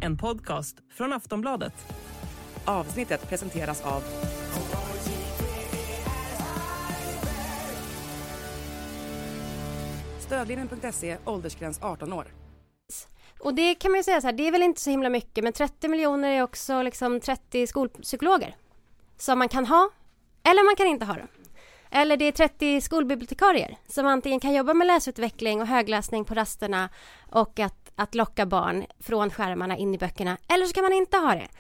en podcast från Aftonbladet. Avsnittet presenteras av Stödlinjen.se, åldersgräns 18 år. Och det kan man ju säga så här, det är väl inte så himla mycket, men 30 miljoner är också liksom 30 skolpsykologer som man kan ha eller man kan inte ha det. Eller det är 30 skolbibliotekarier som antingen kan jobba med läsutveckling och högläsning på rasterna och att locka barn från skärmarna in i böckerna, eller så kan man inte ha det.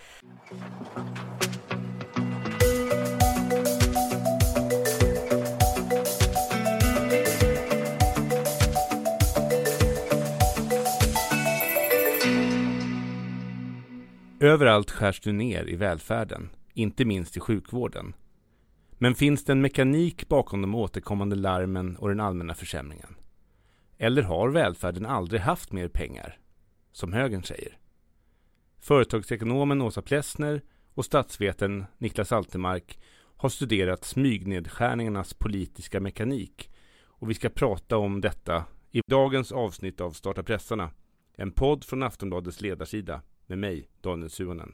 Överallt skärs du ner i välfärden, inte minst i sjukvården. Men finns det en mekanik bakom de återkommande larmen och den allmänna försämringen? Eller har välfärden aldrig haft mer pengar, som högern säger? Företagsekonomen Åsa Plessner och statsvetaren Niklas Altermark har studerat smygnedskärningarnas politiska mekanik, och vi ska prata om detta i dagens avsnitt av Starta pressarna, en podd från Aftonbladets ledarsida med mig, Daniel Suhonen.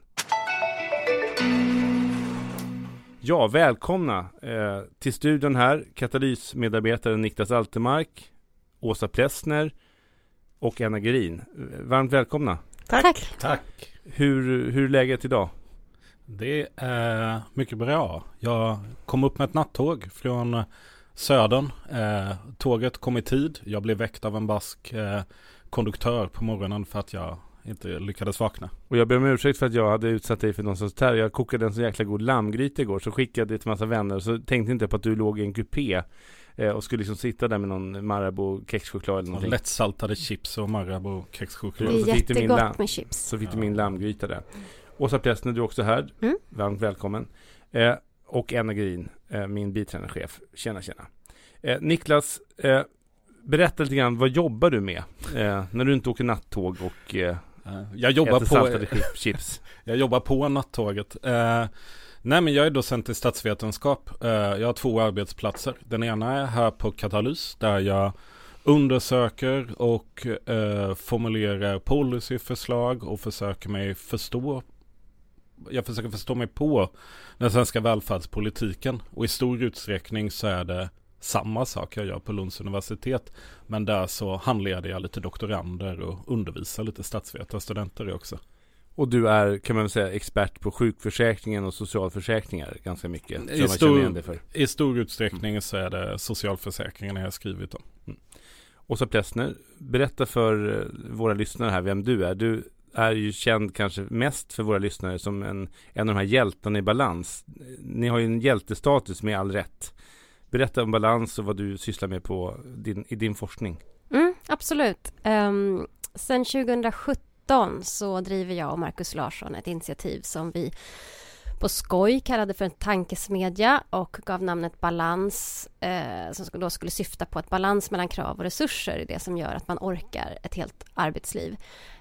Ja, välkomna till studion här, Katalys-medarbetaren Niklas Altermark, Åsa Plessner och Anna Gerin. Varmt välkomna. Tack. Hur är läget idag? Det är mycket bra. Jag kom upp med ett nattåg från södern. Tåget kom i tid. Jag blev väckt av en bask konduktör på morgonen för att jag inte lyckades vakna. Och jag ber om ursäkt för att jag hade utsatt dig för någon sorts terror. Jag kokade en så jäkla god lammgryta igår, så skickade jag till massa vänner, och så tänkte inte på att du låg i en kupé och skulle liksom sitta där med någon Marabou kexchoklad eller någonting. Lättsaltade chips och Marabou kexchoklad. Det är jättegott med chips. Så fick du min lammgryta där. Åsa Plessner, du är också här. Varmt välkommen. Och Anna Gerin, min biträdande chef. Tjena. Niklas, berätta lite grann, vad jobbar du med när du inte åker nattåg och jag jobbar äter saltade chips? Jag jobbar på nattåget. Nej, men jag är docent i statsvetenskap. Jag har 2 arbetsplatser. Den ena är här på Katalys, där jag undersöker och formulerar policyförslag och försöker förstå mig på den svenska välfärdspolitiken. Och i stor utsträckning så är det samma sak jag gör på Lunds universitet, men där så handleder jag lite doktorander och undervisar lite statsvetarstudenter också. Och du är, kan man säga, expert på sjukförsäkringen och socialförsäkringar ganska mycket. I stor utsträckning så är det socialförsäkringen jag har skrivit om. Åsa Plessner, berätta för våra lyssnare här vem du är. Du är ju känd kanske mest för våra lyssnare som en av de här hjältarna i Balans. Ni har ju en hjältestatus med all rätt. Berätta om Balans och vad du sysslar med i din forskning. Absolut. Sen 2017 så driver jag och Marcus Larsson ett initiativ som vi på skoj kallade för en tankesmedja och gav namnet Balans, som då skulle syfta på ett balans mellan krav och resurser i det som gör att man orkar ett helt arbetsliv.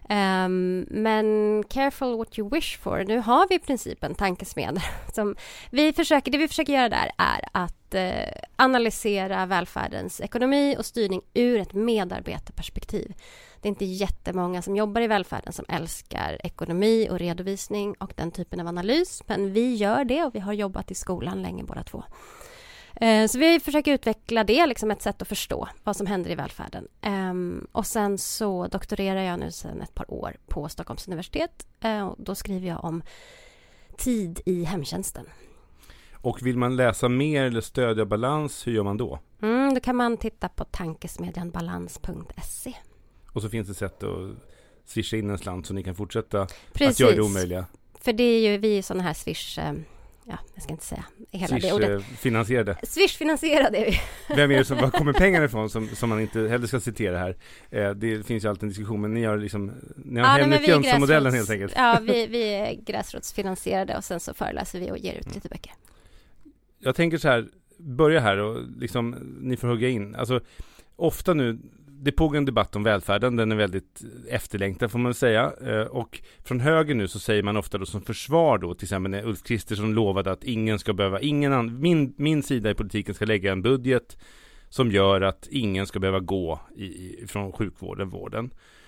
Men careful what you wish for. Nu har vi i princip en tankesmedja. Det vi försöker göra där är att analysera välfärdens ekonomi och styrning ur ett medarbetarperspektiv. Det är inte jättemånga som jobbar i välfärden som älskar ekonomi och redovisning och den typen av analys. Men vi gör det, och vi har jobbat i skolan länge båda två. Så vi försöker utveckla det, liksom ett sätt att förstå vad som händer i välfärden. Och sen så doktorerar jag nu sedan ett par år på Stockholms universitet. Och då skriver jag om tid i hemtjänsten. Och vill man läsa mer eller stödja Balans, hur gör man då? Då kan man titta på tankesmedjanbalans.se. Och så finns det sätt att swisha in en slant så ni kan fortsätta Precis. Att göra det omöjliga. För det är ju vi sådana här Swish... jag ska inte säga hela det ordet. Swish-finansierade. Swish-finansierade är vi. Vem är det var kommer pengar ifrån som man inte heller ska citera här? Det finns ju alltid en diskussion, men ni har Henrik Jönsson-modellen helt enkelt. Ja, vi är gräsrotsfinansierade och sen så föreläser vi och ger ut lite böcker. Jag tänker så här, börja här och liksom, ni får hugga in. Alltså, ofta nu, det pågår en debatt om välfärden, den är väldigt efterlängtad får man säga, och från höger nu så säger man ofta då som försvar då, till exempel när Ulf Kristersson lovade att ingen ska behöva, min sida i politiken ska lägga en budget som gör att ingen ska behöva gå från vården.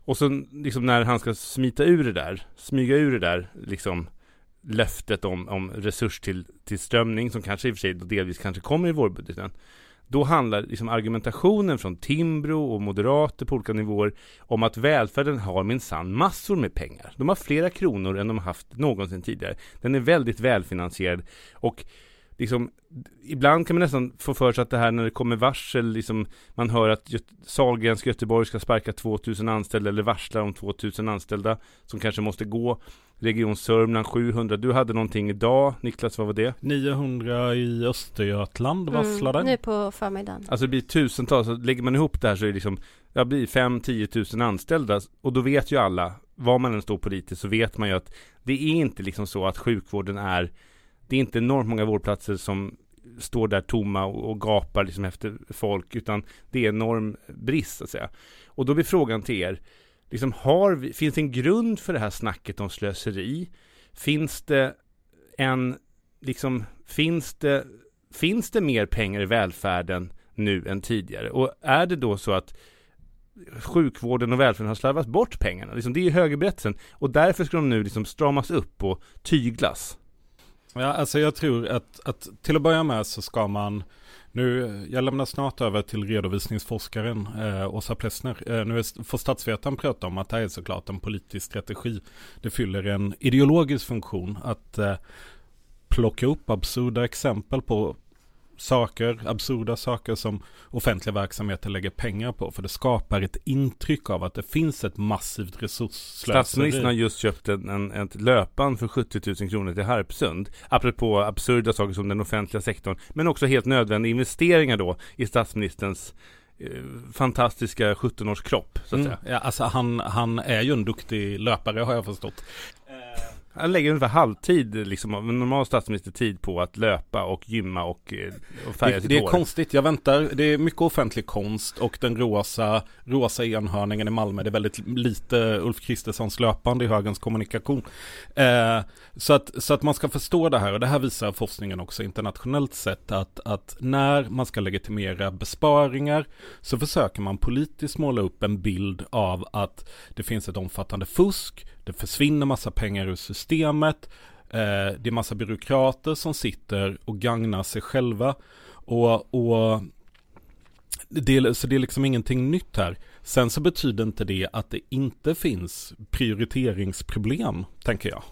Och så liksom när han ska smyga ur det där liksom löftet om resurs till strömning, som kanske i och för sig delvis kanske kommer i vårbudgeten, då handlar liksom argumentationen från Timbro och moderater på olika nivåer om att välfärden har minsann massor med pengar. De har flera kronor än de har haft någonsin tidigare. Den är väldigt välfinansierad, och liksom, ibland kan man nästan få för sig att det här när det kommer varsel, liksom, man hör att Sahlgrenska Göteborg ska sparka 2000 anställda eller varslar om 2000 anställda som kanske måste gå. Region Sörmland 700. Du hade någonting idag, Niklas, vad var det? 900 i Östergötland varslade. Nu på förmiddagen. Alltså det blir tusentals, så lägger man ihop det här så är det liksom, det blir 5-10 000 anställda, och då vet ju alla, var man än står politiskt, så vet man ju att det är inte liksom så att sjukvården det är inte enormt många vårdplatser som står där tomma och gapar liksom efter folk, utan det är enorm brist, så att säga. Och då blir frågan till er, liksom, finns det en grund för det här snacket om slöseri? Finns det mer pengar i välfärden nu än tidigare? Och är det då så att sjukvården och välfärden har slarvat bort pengarna? Liksom, det är ju högerberättelsen, och därför ska de nu liksom stramas upp och tyglas. Ja, alltså jag tror att till att börja med så ska man jag lämnar snart över till redovisningsforskaren Åsa Plessner. Nu får statsvetaren prata om att det här är såklart en politisk strategi. Det fyller en ideologisk funktion att plocka upp absurda exempel på absurda saker som offentliga verksamheter lägger pengar på, för det skapar ett intryck av att det finns ett massivt resursslöseri. Statsministern har just köpt ett löpband för 70 000 kronor till Harpsund, apropå absurda saker som den offentliga sektorn, men också helt nödvändiga investeringar då i statsministerns fantastiska 17-års kropp, så att säga. Ja, alltså han är ju en duktig löpare, har jag förstått. Han lägger ungefär halvtid liksom, av en normal statsministertid på att löpa och gymma och färga sitt hår. Det är konstigt, jag väntar. Det är mycket offentlig konst, och den rosa enhörningen i Malmö, det är väldigt lite Ulf Kristerssons löpande i högens kommunikation. Så att man ska förstå det här, och det här visar forskningen också internationellt sett, att när man ska legitimera besparingar så försöker man politiskt måla upp en bild av att det finns ett omfattande fusk, det försvinner massa pengar ur systemet, det är massa byråkrater som sitter och gagnar sig själva, och så det är liksom ingenting nytt här. Sen så betyder inte det att det inte finns prioriteringsproblem, tänker jag.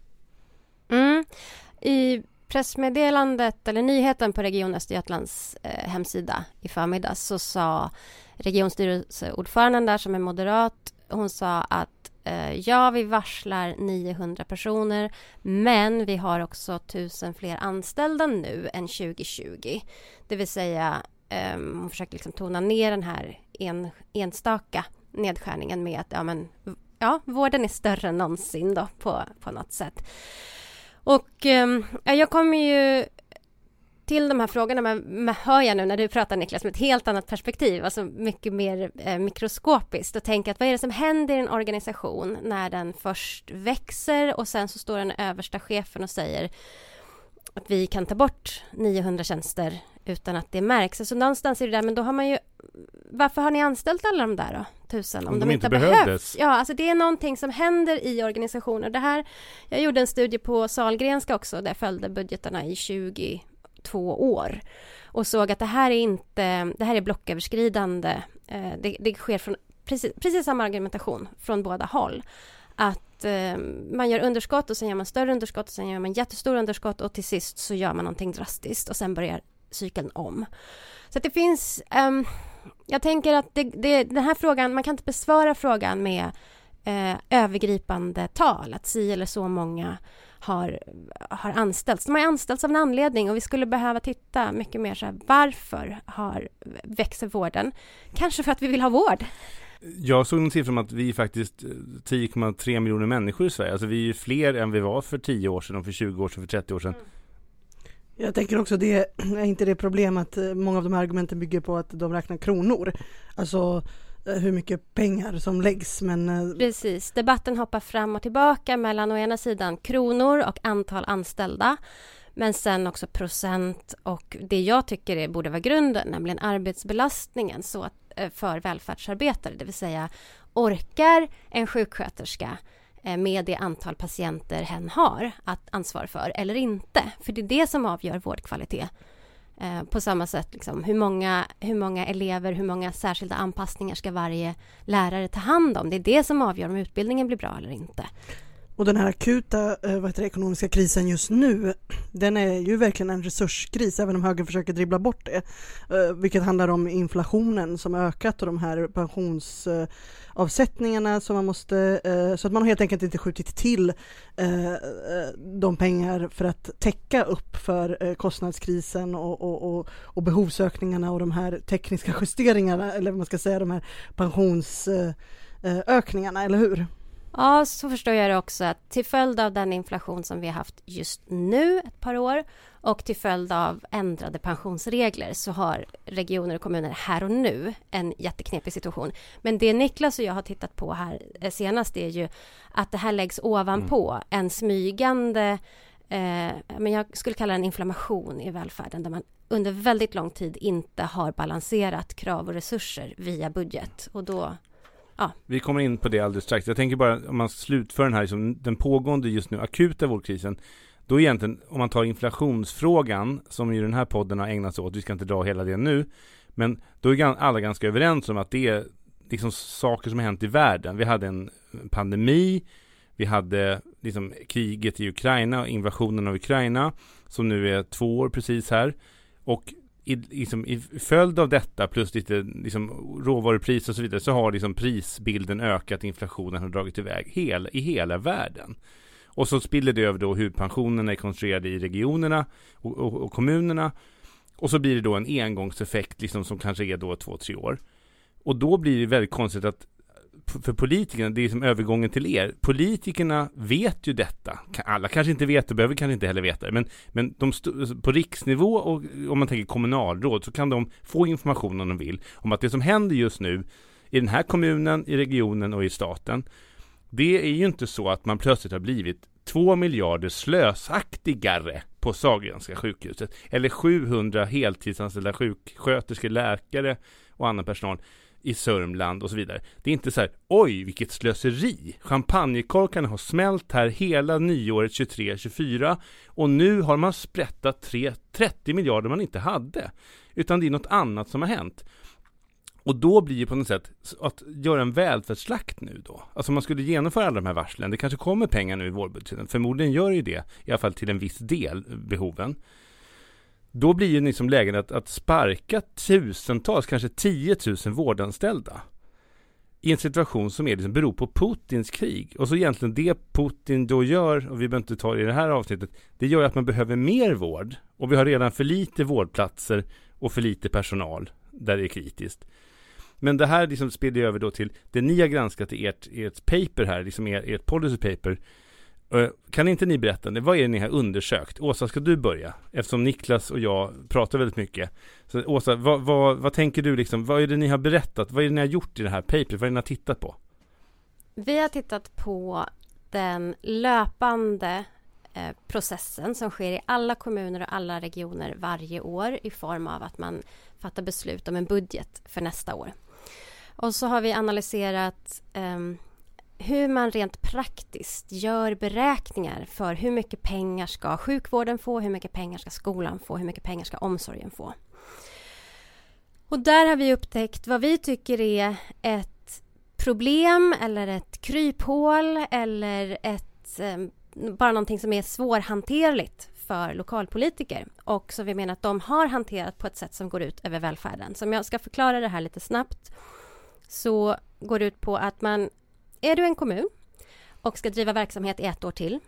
I pressmeddelandet eller nyheten på Region Östergötlands hemsida i förmiddags så sa regionstyrelseordföranden där, som är moderat, hon sa att ja, vi varslar 900 personer, men vi har också 1000 fler anställda nu än 2020. Det vill säga, hon försöker liksom tona ner den här enstaka nedskärningen med att vården är större än någonsin då, på något sätt. Och jag kommer ju till de här frågorna, men hör jag nu när du pratar, Niklas, med ett helt annat perspektiv, alltså mycket mer mikroskopiskt, och tänker att vad är det som händer i en organisation när den först växer och sen så står den översta chefen och säger att vi kan ta bort 900 tjänster utan att det märks. Alltså någonstans är det där, men då har man ju, varför har ni anställt alla de där då? 1000 om de inte behövs? Ja, alltså det är någonting som händer i organisationer. Det här, jag gjorde en studie på Sahlgrenska också, där jag följde budgetarna i 22 år och såg att det här är blocköverskridande. Det sker från precis samma argumentation från båda håll. Att man gör underskott och sen gör man större underskott och sen gör man jättestora underskott och till sist så gör man någonting drastiskt och sen börjar cykeln om. Så att det finns, jag tänker att den här frågan, man kan inte besvara frågan med övergripande tal, att si eller så många har anställts. De har anställts av en anledning, och vi skulle behöva titta mycket mer så här, varför växer vården? Kanske för att vi vill ha vård. Jag såg en siffra om att vi är faktiskt 10,3 miljoner människor i Sverige. Alltså vi är fler än vi var för 10 år sedan, och för 20 år sedan, för 30 år sedan. Jag tänker också det är inte det problem att många av de här argumenten bygger på att de räknar kronor. Alltså hur mycket pengar som läggs. Men precis, debatten hoppar fram och tillbaka mellan å ena sidan kronor och antal anställda, men sen också procent och det jag tycker borde vara grunden, nämligen arbetsbelastningen. Så att för välfärdsarbetare, det vill säga orkar en sjuksköterska med det antal patienter hen har att ansvara för eller inte. För det är det som avgör vårdkvalitet. På samma sätt, liksom, hur många elever, hur många särskilda anpassningar ska varje lärare ta hand om. Det är det som avgör om utbildningen blir bra eller inte. Och den här akuta ekonomiska krisen just nu, den är ju verkligen en resurskris, även om högern försöker dribbla bort det. Vilket handlar om inflationen som ökat och de här pensionsavsättningarna som man måste, så att man helt enkelt inte skjutit till de pengar för att täcka upp för kostnadskrisen och behovsökningarna och de här tekniska justeringarna, eller vad man ska säga, de här pensionsökningarna, eller hur? Ja, så förstår jag det också, att till följd av den inflation som vi har haft just nu ett par år och till följd av ändrade pensionsregler så har regioner och kommuner här och nu en jätteknepig situation. Men det Niklas och jag har tittat på här senast är ju att det här läggs ovanpå en smygande, men jag skulle kalla det en inflammation i välfärden där man under väldigt lång tid inte har balanserat krav och resurser via budget. Och då... Ja. Vi kommer in på det alldeles strax. Jag tänker bara, om man slutför den här liksom, den pågående just nu akuta vårdkrisen, då egentligen, om man tar inflationsfrågan som ju den här podden har ägnat sig åt, vi ska inte dra hela det nu, men då är alla ganska överens om att det är liksom saker som har hänt i världen. Vi hade en pandemi, vi hade liksom kriget i Ukraina, invasionen av Ukraina som nu är 2 år precis här, och i följd av detta plus lite liksom råvarupriser och så vidare så har liksom prisbilden ökat, inflationen har dragit iväg i hela världen. Och så spiller det över då hur pensionerna är konstruerade i regionerna och kommunerna, och så blir det då en engångseffekt liksom som kanske är då 2-3 år. Och då blir det väldigt konstigt att för politikerna, det är som övergången till er. Politikerna vet ju detta. Alla kanske inte vet det, behöver kanske inte heller veta det. Men på riksnivå och om man tänker kommunalråd så kan de få information om de vill om att det som händer just nu i den här kommunen, i regionen och i staten, det är ju inte så att man plötsligt har blivit 2 miljarder slösaktigare på Sahlgrenska sjukhuset eller 700 heltidsanställda sjuksköterskor, läkare och annan personal i Sörmland och så vidare. Det är inte så här, oj vilket slöseri. Champagnekorkarna har smält här hela nyåret 23-24 och nu har man sprättat 30 miljarder man inte hade. Utan det är något annat som har hänt. Och då blir det på något sätt att göra en välfärdsslakt nu då. Alltså man skulle genomföra alla de här varslen. Det kanske kommer pengar nu i vårbudgeten. Förmodligen gör ju det, i alla fall till en viss del, behoven. Då blir ju liksom läget att sparka tusentals, kanske 10 000 vårdanställda i en situation som är liksom beror på Putins krig. Och så egentligen det Putin då gör, och vi behöver inte ta det i det här avsnittet, det gör att man behöver mer vård. Och vi har redan för lite vårdplatser och för lite personal där det är kritiskt. Men det här liksom spiller över då till det ni har granskat i ert paper här, liksom ert policy paper. Kan inte ni berätta, vad är det ni har undersökt? Åsa, ska du börja? Eftersom Niklas och jag pratar väldigt mycket. Så Åsa, vad tänker du liksom, vad är det ni har berättat? Vad är det ni har gjort i det här papret? Vad är det ni har tittat på? Vi har tittat på den löpande processen som sker i alla kommuner och alla regioner varje år i form av att man fattar beslut om en budget för nästa år. Och så har vi analyserat hur man rent praktiskt gör beräkningar för hur mycket pengar ska sjukvården få, hur mycket pengar ska skolan få, hur mycket pengar ska omsorgen få. Och där har vi upptäckt vad vi tycker är ett problem eller ett kryphål eller bara någonting som är svårhanterligt för lokalpolitiker och som vi menar att de har hanterat på ett sätt som går ut över välfärden. Så om jag ska förklara det här lite snabbt så går det ut på att är du en kommun och ska driva verksamhet i 1 år till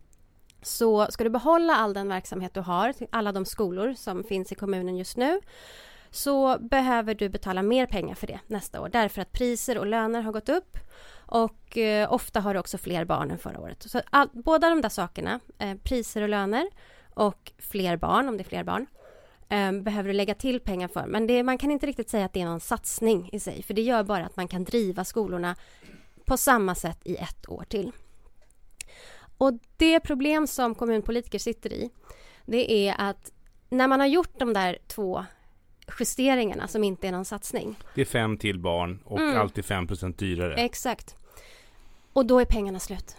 så ska du behålla all den verksamhet du har, alla de skolor som finns i kommunen just nu, så behöver du betala mer pengar för det nästa år därför att priser och löner har gått upp och ofta har du också fler barn än förra året. Så båda de där sakerna, priser och löner och fler barn, om det är fler barn, behöver du lägga till pengar för. Men man kan inte riktigt säga att det är någon satsning i sig, för det gör bara att man kan driva skolorna på samma sätt i 1 år till. Och det problem som kommunpolitiker sitter i, det är att när man har gjort de där 2 justeringarna som inte är någon satsning. Det är 5 till barn och alltid 5% dyrare. Exakt. Och då är pengarna slut.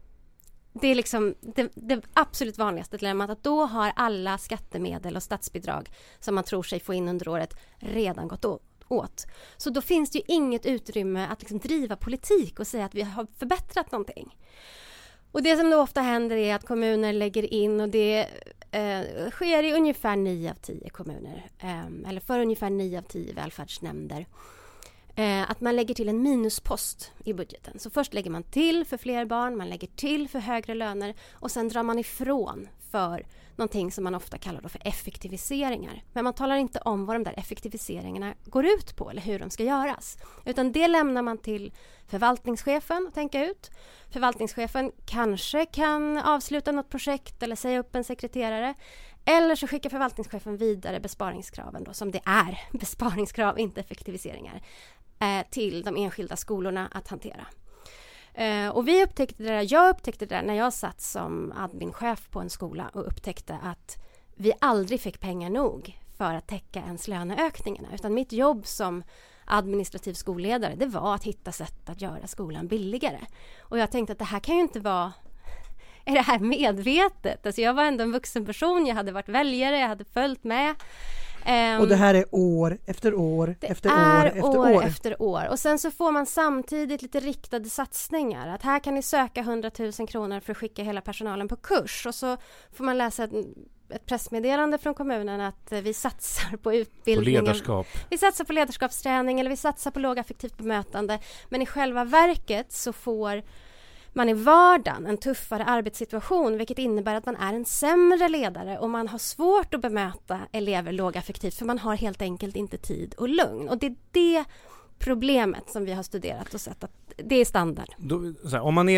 Det är liksom det absolut vanligaste dilemmat, att då har alla skattemedel och statsbidrag som man tror sig få in under året redan gått åt. Så då finns det ju inget utrymme att liksom driva politik och säga att vi har förbättrat någonting. Och det som då ofta händer är att kommuner lägger in, och det sker i ungefär 9 av 10 kommuner, eller för ungefär 9 av 10 välfärdsnämnder, att man lägger till en minuspost i budgeten. Så först lägger man till för fler barn, man lägger till för högre löner och sen drar man ifrån för någonting som man ofta kallar då för effektiviseringar. Men man talar inte om vad de där effektiviseringarna går ut på eller hur de ska göras. Utan det lämnar man till förvaltningschefen att tänka ut. Förvaltningschefen kanske kan avsluta något projekt eller säga upp en sekreterare. Eller så skickar förvaltningschefen vidare besparingskraven då, som det är besparingskrav, inte effektiviseringar, till de enskilda skolorna att hantera. Och jag upptäckte det där när jag satt som adminchef på en skola och upptäckte att vi aldrig fick pengar nog för att täcka ens löneökningarna. Utan mitt jobb som administrativ skolledare, det var att hitta sätt att göra skolan billigare. Och jag tänkte att det här kan ju inte vara... Är det här medvetet? Alltså jag var ändå en vuxen person, jag hade varit väljare, jag hade följt med. Och det här är år efter år efter år. Och sen så får man samtidigt lite riktade satsningar. Att här kan ni söka 100 000 kronor för att skicka hela personalen på kurs. Och så får man läsa ett pressmeddelande från kommunen att vi satsar på utbildning. På ledarskap. Vi satsar på ledarskapsträning eller vi satsar på lågaffektivt bemötande. Men i själva verket så får man i vardagen en tuffare arbetssituation, vilket innebär att man är en sämre ledare och man har svårt att bemöta elever lågaffektivt för man har helt enkelt inte tid och lugn. Och det är det problemet som vi har studerat och sett att det är standard. Om man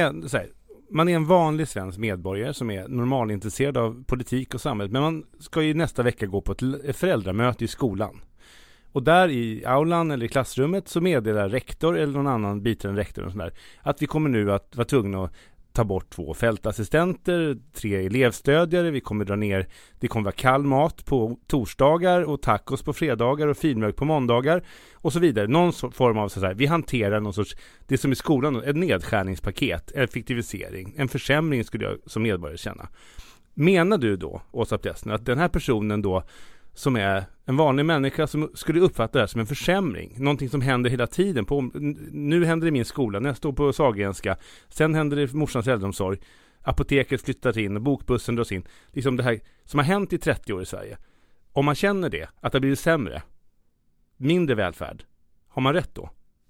är en vanlig svensk medborgare som är normalintresserad av politik och samhället, men man ska ju nästa vecka gå på ett föräldramöte i skolan. Och där i aulan eller i klassrummet så meddelar rektor eller någon annan biträdande rektor och sådär, att vi kommer nu att vara tvungna att ta bort 2 fältassistenter, 3 elevstödjare, vi kommer dra ner, det kommer vara kall mat på torsdagar och tacos på fredagar och filmjölk på måndagar och så vidare. Någon form av sådär, vi hanterar någon sorts, det som i skolan, ett nedskärningspaket, effektivisering, en försämring skulle jag som medborgare känna. Menar du då, Åsa Plessner, att den här personen då som är en vanlig människa som skulle uppfatta det här som en försämring, någonting som händer hela tiden nu händer det i min skola, när jag står på Sahlgrenska, sen händer det i morsans äldreomsorg, apoteket flyttar in och bokbussen dras in, liksom det här som har hänt i 30 år i Sverige. Om man känner det, att det blir sämre, mindre välfärd, har man rätt då?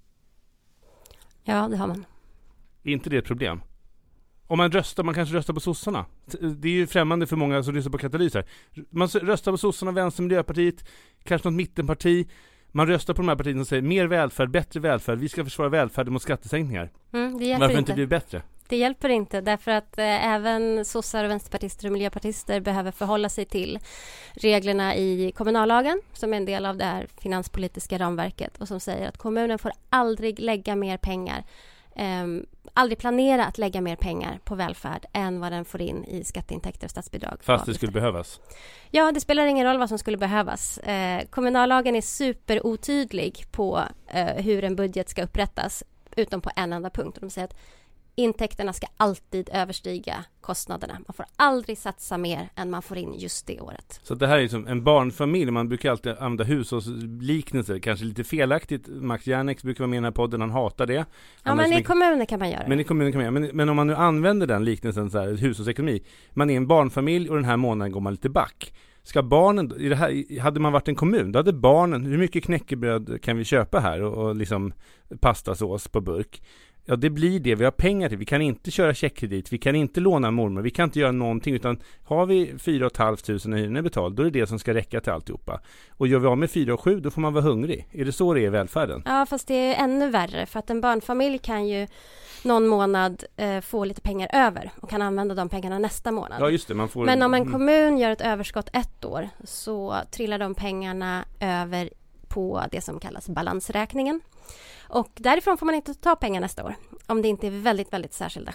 Ja, det har man. Är inte det ett problem? Om man kanske röstar på sossarna. Det är ju främmande för många som lyssnar på katalyser. Man röstar på sossarna, Vänster, Miljöpartiet, kanske något mittenparti. Man röstar på de här partierna som säger mer välfärd, bättre välfärd. Vi ska försvara välfärden mot skattesänkningar. Varför inte bli bättre? Det hjälper inte därför att även sossar, vänsterpartister och miljöpartister behöver förhålla sig till reglerna i kommunallagen som är en del av det här finanspolitiska ramverket och som säger att kommunen får aldrig lägga mer pengar, aldrig planera att lägga mer pengar på välfärd än vad den får in i skatteintäkter och statsbidrag. Fast det skulle behövas? Ja, det spelar ingen roll vad som skulle behövas. Kommunallagen är superotydlig på hur en budget ska upprättas utom på en enda punkt. De säger att intäkterna ska alltid överstiga kostnaderna. Man får aldrig satsa mer än man får in just det året. Så det här är som en barnfamilj. Man brukar alltid använda hushållsliknelser. Kanske lite felaktigt. Max Järnex brukar vara med i den här podden. Han hatar det. Ja, men i kommuner kan man göra det. Men om man nu använder den liknelsen, så här, hushållsekonomi. Man är en barnfamilj och den här månaden går man lite back. Ska barnen, i det här, hade man varit en kommun, då hade barnen, hur mycket knäckebröd kan vi köpa här och liksom pastasås på burk? Ja, det blir det vi har pengar till. Vi kan inte köra checkkredit, vi kan inte låna mormor, vi kan inte göra någonting, utan har vi 4 500 hyran är betald, då är det det som ska räcka till alltihopa. Och gör vi av med 4 700, då får man vara hungrig. Är det så det är i välfärden? Ja, fast det är ännu värre, för att en barnfamilj kan ju någon månad få lite pengar över och kan använda de pengarna nästa månad. Ja, just det, man får... Men om en kommun gör ett överskott ett år så trillar de pengarna över på det som kallas balansräkningen. Och därifrån får man inte ta pengar nästa år om det inte är väldigt, väldigt särskilda skäl.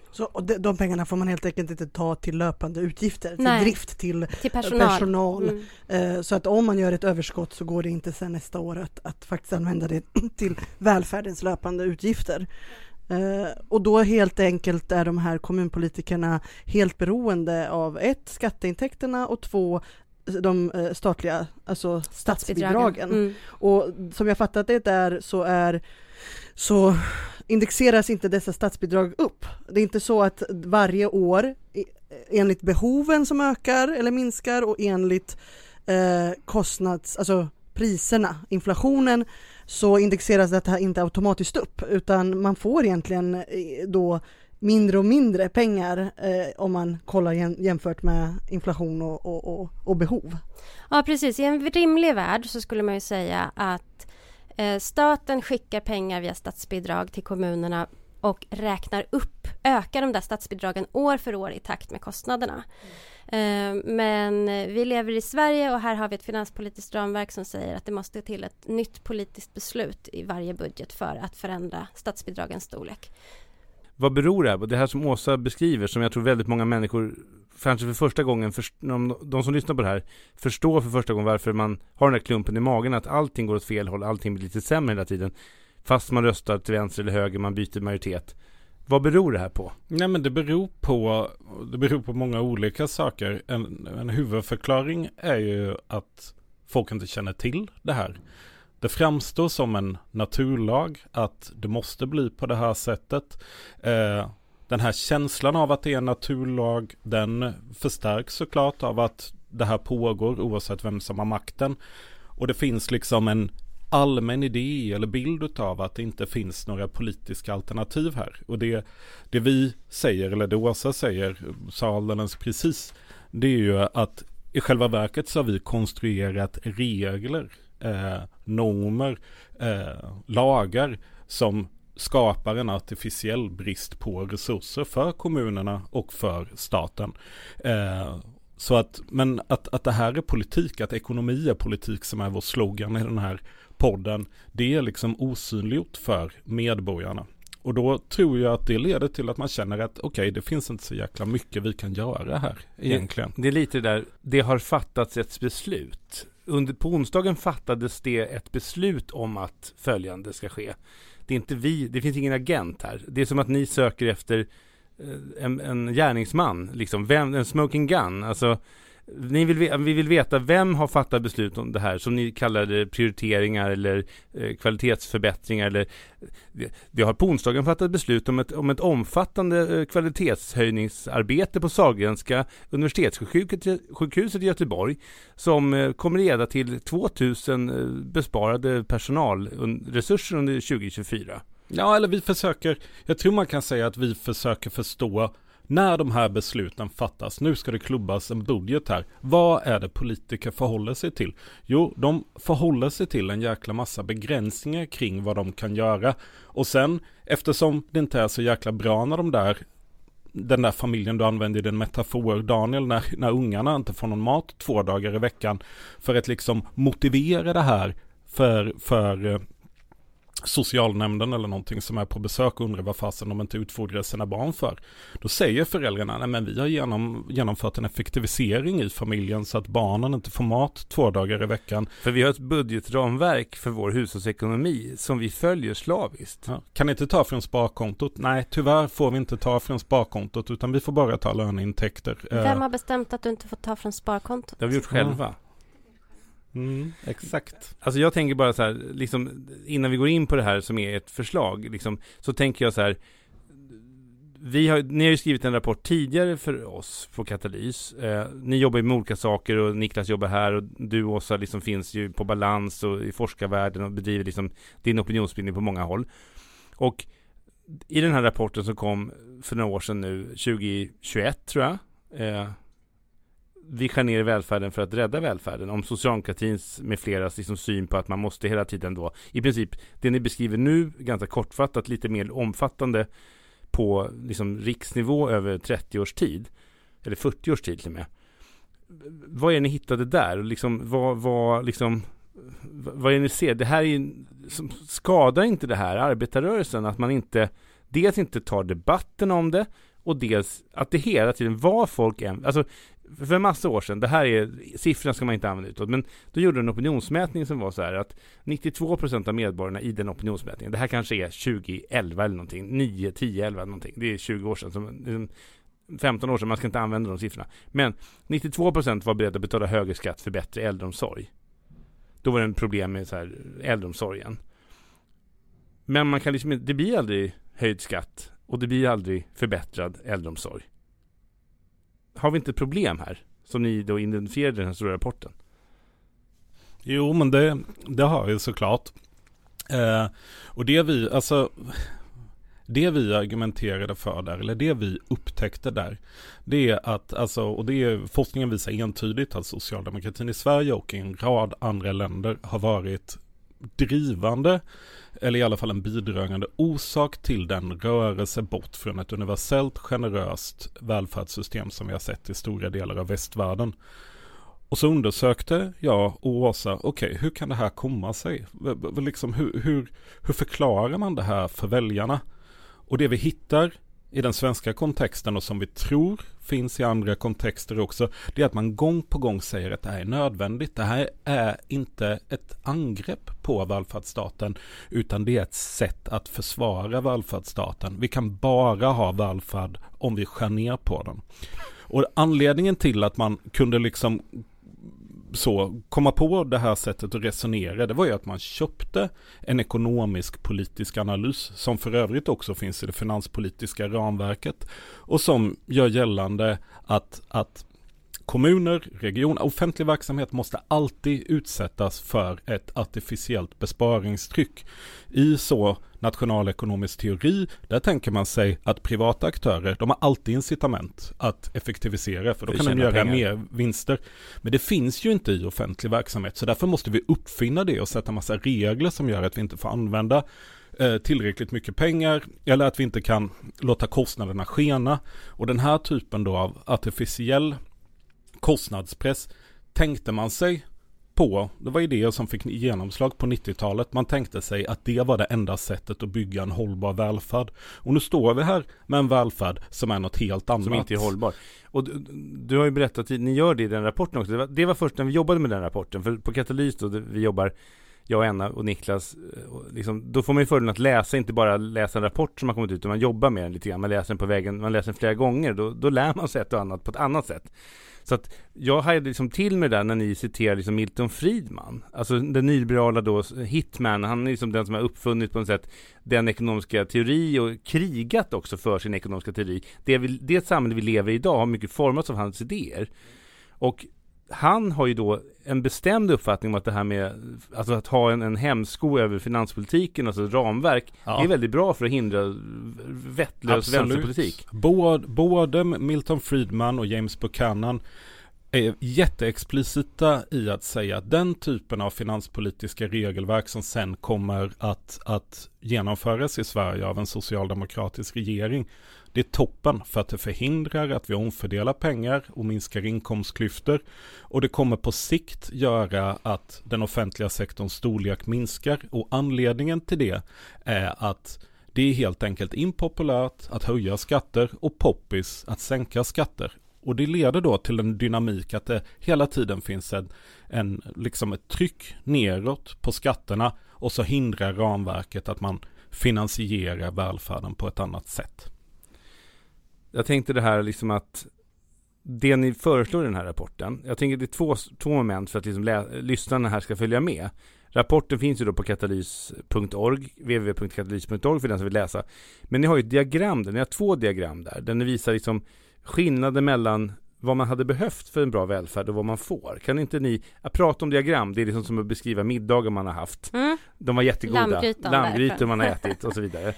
Så de pengarna får man helt enkelt inte ta till löpande utgifter, till Nej. drift, till personal. Så att om man gör ett överskott så går det inte sen nästa år att faktiskt använda det till välfärdens löpande utgifter. Och då helt enkelt är de här kommunpolitikerna helt beroende av 1. skatteintäkterna och 2. de statliga, alltså statsbidragen. Och som jag fattat det där så indexeras inte dessa statsbidrag upp. Det är inte så att varje år enligt behoven som ökar eller minskar och enligt alltså priserna, inflationen, så indexeras detta inte automatiskt upp, utan man får egentligen då mindre och mindre pengar om man kollar jämfört med inflation och behov. Ja, precis. I en rimlig värld så skulle man ju säga att staten skickar pengar via statsbidrag till kommunerna och räknar upp, ökar de där statsbidragen år för år i takt med kostnaderna. Men vi lever i Sverige och här har vi ett finanspolitiskt ramverk som säger att det måste till ett nytt politiskt beslut i varje budget för att förändra statsbidragens storlek. Vad beror det här på? Det här som Åsa beskriver, som jag tror väldigt många människor kanske för första gången, de som lyssnar på det här, förstår för första gången varför man har den här klumpen i magen, att allting går åt fel håll, allting blir lite sämre hela tiden. Fast man röstar till vänster eller höger, man byter majoritet. Vad beror det här på? Nej, men det beror på många olika saker. En huvudförklaring är ju att folk inte känner till det här. Det framstår som en naturlag att det måste bli på det här sättet. Den här känslan av att det är en naturlag, den förstärks såklart av att det här pågår oavsett vem som har makten. Och det finns liksom en allmän idé eller bild av att det inte finns några politiska alternativ här. Och det vi säger, eller det Åsa säger, sa alldeles precis, det är ju att i själva verket så har vi konstruerat regler, normer, lagar som skapar en artificiell brist på resurser för kommunerna och för staten. Så att det här är politik, att ekonomi är politik, som är vår slogan i den här podden, det är liksom osynliggjort för medborgarna. Och då tror jag att det leder till att man känner att okej, det finns inte så jäkla mycket vi kan göra här egentligen. Det är lite där, det har fattats ett beslut. På onsdagen fattades det ett beslut om att följande ska ske. Det är inte vi, det finns ingen agent här. Det är som att ni söker efter en gärningsman, liksom, en smoking gun. Alltså, vi vill veta vem har fattat beslut om det här, som ni kallar det prioriteringar eller kvalitetsförbättringar. Eller, det har på onsdagen fattat beslut om ett omfattande kvalitetshöjningsarbete på Sahlgrenska universitetssjukhuset i Göteborg, som kommer leda till 2000 besparade personalresurser under 2024. Ja, eller jag tror man kan säga att vi försöker förstå när de här besluten fattas. Nu ska det klubbas en budget här. Vad är det politiker förhåller sig till? Jo, de förhåller sig till en jäkla massa begränsningar kring vad de kan göra. Och sen, eftersom det inte är så jäkla bra när den där familjen, du använder den metafor, Daniel, när ungarna inte får någon mat 2 dagar i veckan, för att liksom motivera det här för socialnämnden eller någonting som är på besök och undrar vad fasen de inte utfodrar sina barn för. Då säger föräldrarna, nej men vi har genomfört en effektivisering i familjen så att barnen inte får mat 2 dagar i veckan. För vi har ett budgetramverk för vår hushållsekonomi som vi följer slaviskt. Ja. Kan ni inte ta från sparkontot? Nej, tyvärr får vi inte ta från sparkontot, utan vi får bara ta löneintäkter. Vem har bestämt att du inte får ta från sparkontot? Det har vi gjort själva. Exakt. Alltså jag tänker bara så här, liksom, innan vi går in på det här som är ett förslag, liksom, så tänker jag så här, ni har ju skrivit en rapport tidigare för oss på Katalys. Ni jobbar ju med olika saker och Niklas jobbar här och du, Åsa, liksom finns ju på Balans och i forskarvärlden och bedriver liksom din opinionsbildning på många håll. Och i den här rapporten som kom för några år sedan nu, 2021 tror jag, vi skär ner i välfärden för att rädda välfärden, om socialdemokratins med fleras liksom syn på att man måste hela tiden då, i princip det ni beskriver nu ganska kortfattat, lite mer omfattande på liksom riksnivå över 30 års tid eller 40 års tid till och med. Vad är det ni hittade där? Liksom, vad är det ni ser? Det här är, skadar inte det här arbetarrörelsen att man inte tar debatten om det, och dels att det hela tiden var folk alltså för en massa år sedan, det här är siffrorna ska man inte använda utåt, men då gjorde en opinionsmätning som var så här att 92% av medborgarna i den opinionsmätningen, det här kanske är 2011 eller någonting, 9, 10, 11 någonting, det är 20 år sedan, 15 år sedan, man ska inte använda de siffrorna, men 92% var beredda att betala högre skatt för bättre äldreomsorg. Då var det en problem med så här äldreomsorgen. Men man kan liksom, det blir aldrig höjd skatt och det blir aldrig förbättrad äldreomsorg. Har vi inte ett problem här som ni då identifierade i den här stora rapporten? Jo, men det har vi såklart. Och det vi argumenterade för där, eller det vi upptäckte där, det är att, forskningen visar entydigt att socialdemokratin i Sverige och i en rad andra länder har varit drivande, eller i alla fall en bidragande orsak till den rörelse bort från ett universellt generöst välfärdssystem som vi har sett i stora delar av västvärlden. Och så undersökte jag och Åsa, hur kan det här komma sig? Liksom, hur förklarar man det här för väljarna? Och det vi hittar i den svenska kontexten och som vi tror finns i andra kontexter också, det är att man gång på gång säger att det här är nödvändigt. Det här är inte ett angrepp på välfärdsstaten, utan det är ett sätt att försvara välfärdsstaten. Vi kan bara ha välfärd om vi skär ner på den. Och anledningen till att man kunde liksom så komma på det här sättet att resonera, det var ju att man köpte en ekonomisk politisk analys som för övrigt också finns i det finanspolitiska ramverket och som gör gällande att kommuner, regioner, offentlig verksamhet måste alltid utsättas för ett artificiellt besparingstryck. I så nationalekonomisk teori, där tänker man sig att privata aktörer, de har alltid incitament att effektivisera, för då kan de göra mer vinster. Men det finns ju inte i offentlig verksamhet, så därför måste vi uppfinna det och sätta massa regler som gör att vi inte får använda tillräckligt mycket pengar, eller att vi inte kan låta kostnaderna skena. Och den här typen då av artificiell kostnadspress tänkte man sig på, det var idéer som fick genomslag på 90-talet, man tänkte sig att det var det enda sättet att bygga en hållbar välfärd. Och nu står vi här med en välfärd som är något helt annat. Som inte är hållbar. Och du har ju berättat att ni gör det i den rapporten också. Det var först när vi jobbade med den rapporten, för på Katalys då, vi jobbar, jag, Anna och Niklas, liksom, då får man ju fördelen att läsa, inte bara läsa en rapport som har kommit ut, utan man jobbar med den lite grann, man läser den på vägen, man läser den flera gånger, då lär man sig ett och annat på ett annat sätt. Så att jag hade liksom till med det där när ni citerar liksom Milton Friedman, alltså den nyliberala då hitman, han är liksom den som har uppfunnit på något sätt den ekonomiska teori och krigat också för sin ekonomiska teori. Det samhälle vi lever i idag har mycket formats av hans idéer. Och han har ju då en bestämd uppfattning om att det här med alltså att ha en hämsko över finanspolitiken, alltså ramverk, är väldigt bra för att hindra vettlös vänsterpolitik. Både Milton Friedman och James Buchanan är jätteexplicita i att säga att den typen av finanspolitiska regelverk som sen kommer att genomföras i Sverige av en socialdemokratisk regering, det är toppen för att det förhindrar att vi omfördelar pengar och minskar inkomstklyftor, och det kommer på sikt göra att den offentliga sektorns storlek minskar, och anledningen till det är att det är helt enkelt impopulärt att höja skatter och poppis att sänka skatter. Och det leder då till en dynamik att det hela tiden finns liksom ett tryck neråt på skatterna, och så hindrar ramverket att man finansierar välfärden på ett annat sätt. Jag tänkte det här liksom att det ni föreslår i den här rapporten, jag tänker det är två moment för att liksom lyssnarna här ska följa med. Rapporten finns ju då på katalys.org, www.katalys.org för den som vill läsa. Men ni har ju ett diagram där, ni har 2 diagram där ni visar liksom skillnaden mellan vad man hade behövt för en bra välfärd och vad man får. Kan inte ni prata om diagram? Det är liksom som att beskriva middagar man har haft. De var jättegoda. Lammgrytor man har ätit och så vidare.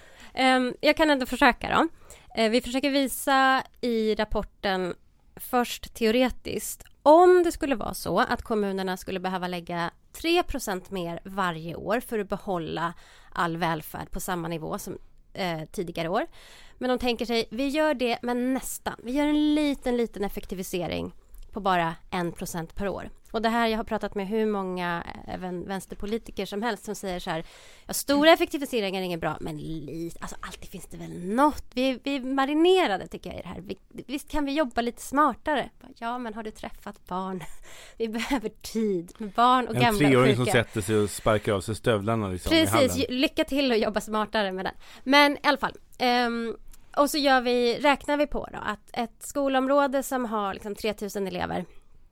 Jag kan ändå försöka då. Vi försöker visa i rapporten först teoretiskt, om det skulle vara så att kommunerna skulle behöva lägga 3% mer varje år för att behålla all välfärd på samma nivå som tidigare år. Men de tänker sig, vi gör det men nästan. Vi gör en liten effektivisering på bara 1% per år. Och det här, jag har pratat med hur många även vänsterpolitiker som helst som säger så här, ja, stora effektiviseringar är inget bra, men alltså alltid finns det väl något. Vi är marinerade tycker jag i det här. Visst kan vi jobba lite smartare? Ja, men har du träffat barn? Vi behöver tid med barn och gamla och sjuka. En 3-åring som sätter sig och sparkar av sig stövlarna liksom. Precis, lycka till att jobba smartare med den. Men i alla fall, och så räknar vi på då att ett skolområde som har liksom 3000 elever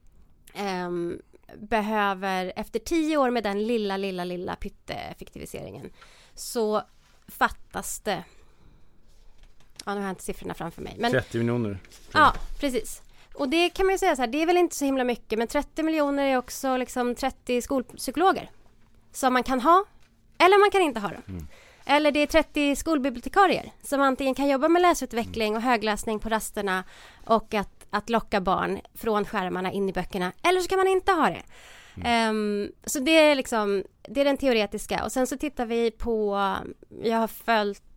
behöver efter 10 år med den lilla pytteeffektiviseringen så fattas det, ja, nu har jag inte siffrorna framför mig, men 30 miljoner. Ja, precis. Och det kan man ju säga så här, det är väl inte så himla mycket, men 30 miljoner är också liksom 30 skolpsykologer som man kan ha eller man kan inte ha det. Eller det är 30 skolbibliotekarier som antingen kan jobba med läsutveckling och högläsning på rasterna och att locka barn från skärmarna in i böckerna. Eller så kan man inte ha det. Så det är liksom, det är den teoretiska. Och sen så tittar vi på, jag har följt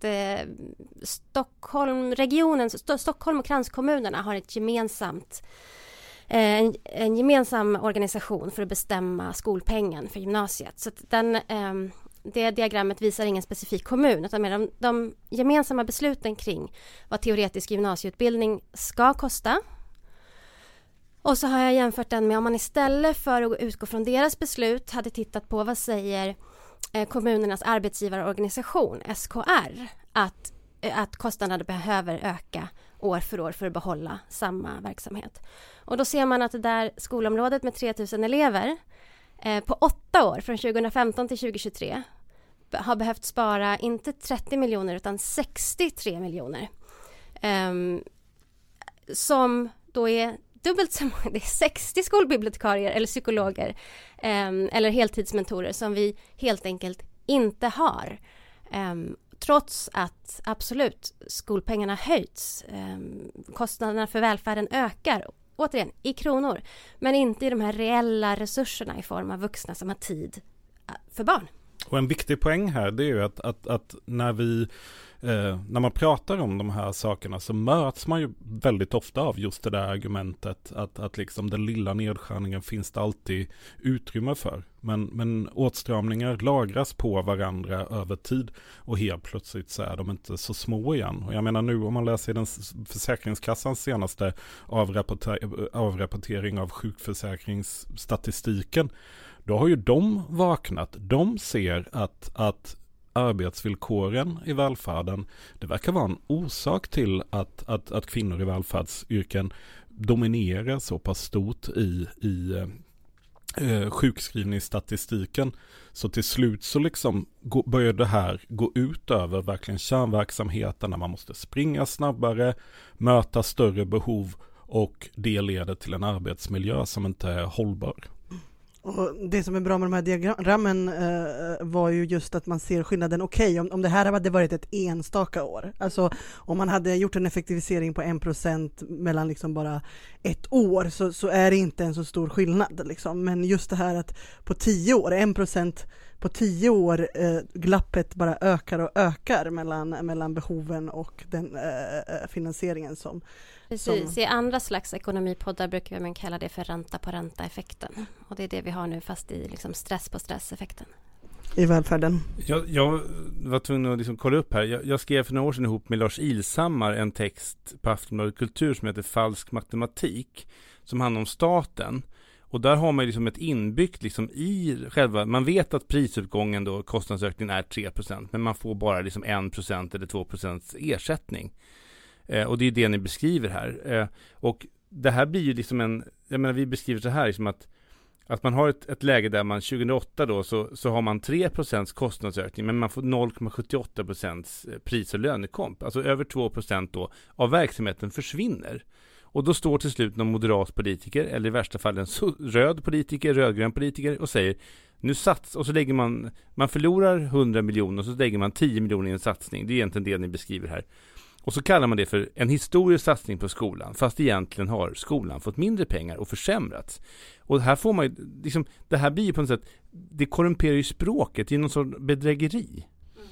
Stockholm och kranskommunerna har ett en gemensam organisation för att bestämma skolpengen för gymnasiet. Så att det diagrammet visar ingen specifik kommun utan med de gemensamma besluten kring vad teoretisk gymnasieutbildning ska kosta. Och så har jag jämfört den med om man istället för att utgå från deras beslut hade tittat på vad säger kommunernas arbetsgivarorganisation, SKR, att kostnaderna behöver öka år för år för att behålla samma verksamhet. Och då ser man att det där skolområdet med 3000 elever på 8 år, från 2015 till 2023, har behövt spara inte 30 miljoner utan 63 miljoner. Som då är dubbelt så många, det är 60 skolbibliotekarier eller psykologer eller heltidsmentorer som vi helt enkelt inte har. Trots att absolut skolpengarna höjts, kostnaderna för välfärden ökar, återigen i kronor, men inte i de här reella resurserna i form av vuxna som har tid för barn. Och en viktig poäng här, det är ju att när man pratar om de här sakerna så möts man ju väldigt ofta av just det där argumentet att liksom den lilla nedskärningen finns det alltid utrymme för. Men åtstramningar lagras på varandra över tid och helt plötsligt så är de inte så små igen. Och jag menar nu om man läser den Försäkringskassans senaste avrapportering av sjukförsäkringsstatistiken, då har ju de vaknat. De ser att arbetsvillkoren i välfärden, det verkar vara en orsak till att kvinnor i välfärdsyrken dominerar så pass stort i sjukskrivningsstatistiken. Så till slut så liksom börjar det här gå ut över verkligen kärnverksamheten när man måste springa snabbare, möta större behov och det leder till en arbetsmiljö som inte är hållbar. Och det som är bra med de här diagrammen var ju just att man ser skillnaden. Okej, om det här hade varit ett enstaka år. Alltså om man hade gjort en effektivisering på 1% mellan liksom bara ett år så är det inte en så stor skillnad. Liksom. Men just det här att på 10 år, 1% på 10 år, glappet bara ökar och ökar mellan behoven och den finansieringen som... Precis, i andra slags ekonomipoddar brukar man kalla det för ränta på ränta-effekten. Och det är det vi har nu fast i liksom stress på stress-effekten. I välfärden. Jag var tvungen att liksom kolla upp här. Jag skrev för några år sedan ihop med Lars Ilshammar en text på Aftonbladet Kultur som heter Falsk matematik som handlar om staten. Och där har man liksom ett inbyggt liksom i själva, man vet att prisuppgången då, kostnadsökningen är 3%, men man får bara liksom 1% eller 2% ersättning. Och det är det ni beskriver här. Och det här blir ju liksom jag menar vi beskriver så här liksom att man har ett läge där man 2008 då så har man 3% kostnadsökning men man får 0,78% pris- och lönekomp. Alltså över 2% då av verksamheten försvinner. Och då står till slut någon moderat politiker eller i värsta fall en rödgrön politiker och säger nu och så lägger man förlorar 100 miljoner och så lägger man 10 miljoner i en satsning. Det är egentligen det ni beskriver här. Och så kallar man det för en historisk satsning på skolan. Fast egentligen har skolan fått mindre pengar och försämrats. Och här får man ju, liksom, det här blir ju på något sätt, det korrumperar ju språket i någon sorts bedrägeri.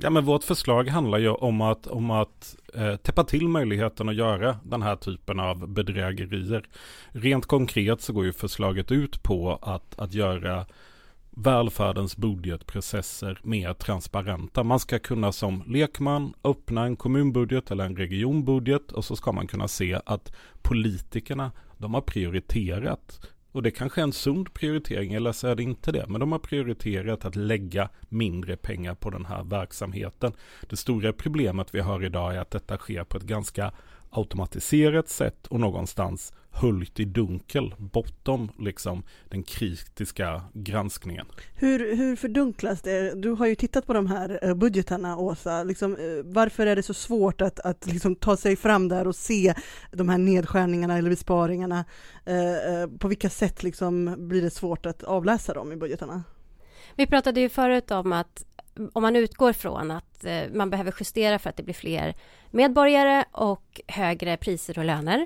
Ja, men vårt förslag handlar ju om att täppa till möjligheten att göra den här typen av bedrägerier. Rent konkret så går ju förslaget ut på att göra välfärdens budgetprocesser mer transparenta. Man ska kunna som lekman öppna en kommunbudget eller en regionbudget och så ska man kunna se att politikerna, de har prioriterat. Och det kanske är en sund prioritering, eller så är det inte det. Men de har prioriterat att lägga mindre pengar på den här verksamheten. Det stora problemet vi har idag är att detta sker på ett ganska automatiserat sätt och någonstans höljt i dunkel bortom liksom den kritiska granskningen. Hur fördunklas det? Du har ju tittat på de här budgetarna, Åsa. Liksom, varför är det så svårt att liksom ta sig fram där och se de här nedskärningarna eller besparingarna? På vilka sätt liksom blir det svårt att avläsa dem i budgetarna? Vi pratade ju förut om att om man utgår från att man behöver justera för att det blir fler medborgare och högre priser och löner,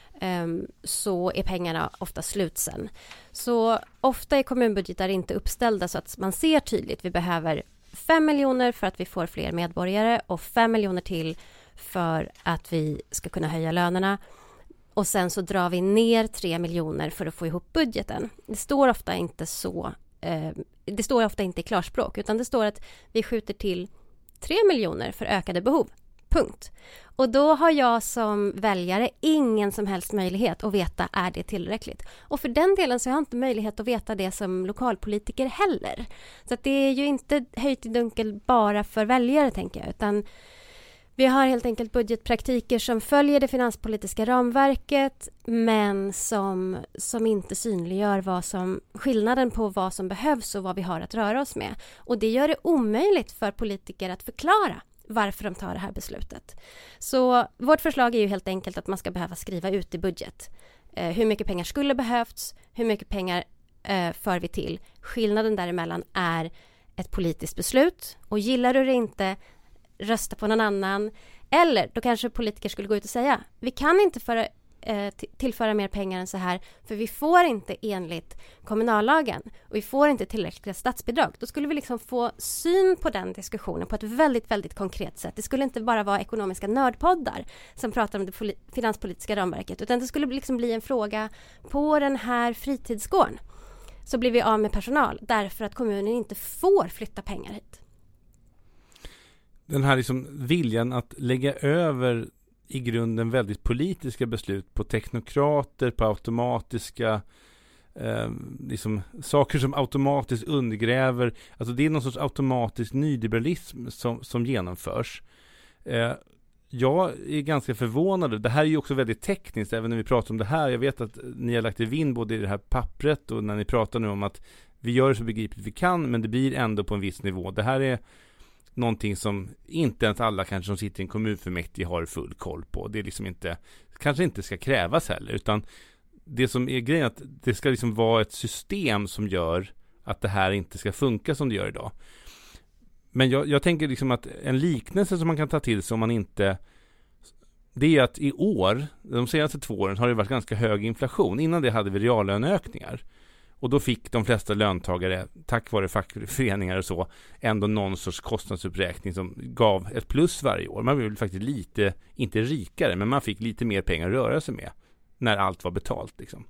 så är pengarna ofta slut sen. Så ofta är kommunbudgetar inte uppställda så att man ser tydligt. Vi behöver 5 miljoner för att vi får fler medborgare och 5 miljoner till för att vi ska kunna höja lönerna. Och sen så drar vi ner 3 miljoner för att få ihop budgeten. Det står ofta inte så. Det står ofta inte i klarspråk, utan det står att vi skjuter till 3 miljoner för ökade behov. Punkt. Och då har jag som väljare ingen som helst möjlighet att veta, är det tillräckligt? Och för den delen så har jag inte möjlighet att veta det som lokalpolitiker heller. Så att det är ju inte höjt i dunkel bara för väljare, tänker jag, utan vi har helt enkelt budgetpraktiker som följer det finanspolitiska ramverket, men som inte synliggör skillnaden på vad som behövs och vad vi har att röra oss med. Och det gör det omöjligt för politiker att förklara varför de tar det här beslutet. Så vårt förslag är ju helt enkelt att man ska behöva skriva ut i budget. Hur mycket pengar skulle behövts, hur mycket pengar för vi till. Skillnaden däremellan är ett politiskt beslut, och gillar du det inte, rösta på någon annan. Eller då kanske politiker skulle gå ut och säga, vi kan inte tillföra mer pengar än så här, för vi får inte enligt kommunallagen och vi får inte tillräckliga statsbidrag. Då skulle vi liksom få syn på den diskussionen på ett väldigt, väldigt konkret sätt. Det skulle inte bara vara ekonomiska nördpoddar som pratar om det finanspolitiska ramverket, utan det skulle liksom bli en fråga på den här fritidsgården. Så blir vi av med personal därför att kommunen inte får flytta pengar hit. Den här liksom viljan att lägga över i grunden väldigt politiska beslut på teknokrater, på automatiska liksom saker som automatiskt undergräver, alltså det är någon sorts automatisk nyliberalism som genomförs. Jag är ganska förvånad. Det här är ju också väldigt tekniskt, även när vi pratar om det här. Jag vet att ni har lagt i vind både i det här pappret och när ni pratar nu om att vi gör det så begripligt vi kan, men det blir ändå på en viss nivå. Det här är någonting som inte ens alla kanske som sitter i en kommunfullmäktige har full koll på. Det är liksom inte, kanske inte ska krävas heller, utan det som är grejen är att det ska liksom vara ett system som gör att det här inte ska funka som det gör idag. Men jag tänker liksom att en liknelse som man kan ta till sig om man inte, det är att i år, de senaste 2 åren har det varit ganska hög inflation. Innan det hade vi reallöneökningar. Och då fick de flesta löntagare, tack vare fackföreningar och så, ändå någon sorts kostnadsuppräkning som gav ett plus varje år. Man blev faktiskt lite, inte rikare, men man fick lite mer pengar att röra sig med när allt var betalt. Liksom.